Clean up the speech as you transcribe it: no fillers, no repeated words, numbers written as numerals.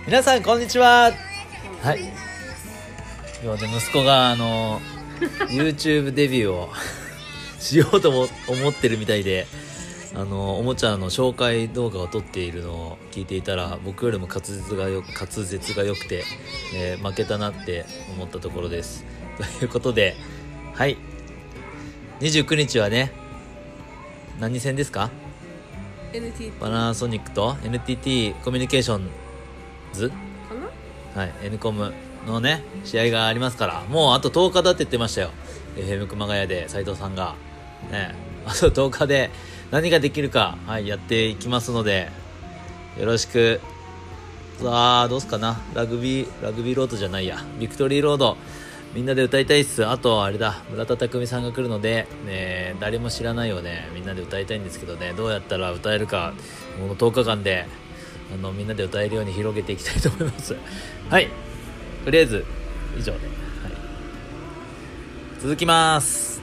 皆さんこんにちは。はい。今日ね、息子がYouTube デビューをしようと思ってるみたいで、おもちゃの紹介動画を撮っているのを聞いていたら、僕よりも滑舌が良くて、負けたなって思ったところです。ということで、はい。29日はね、何戦ですか？ NTT パナソニックと NTT コミュニケーションズかはい、N コムのね試合がありますから、もうあと10日だって言ってましたよ。 FM 熊谷で斉藤さんがね、あと10日で何ができるか、はい、やっていきますのでよろしく。さあどうすかな、ラグビーロードじゃないや、ビクトリーロードみんなで歌いたいっす。あとあれだ、村田匠さんが来るので、誰も知らないをねみんなで歌いたいんですけどね、どうやったら歌えるか、この10日間でみんなで歌えるように広げていきたいと思いますはい、とりあえず以上で、はい、続きます。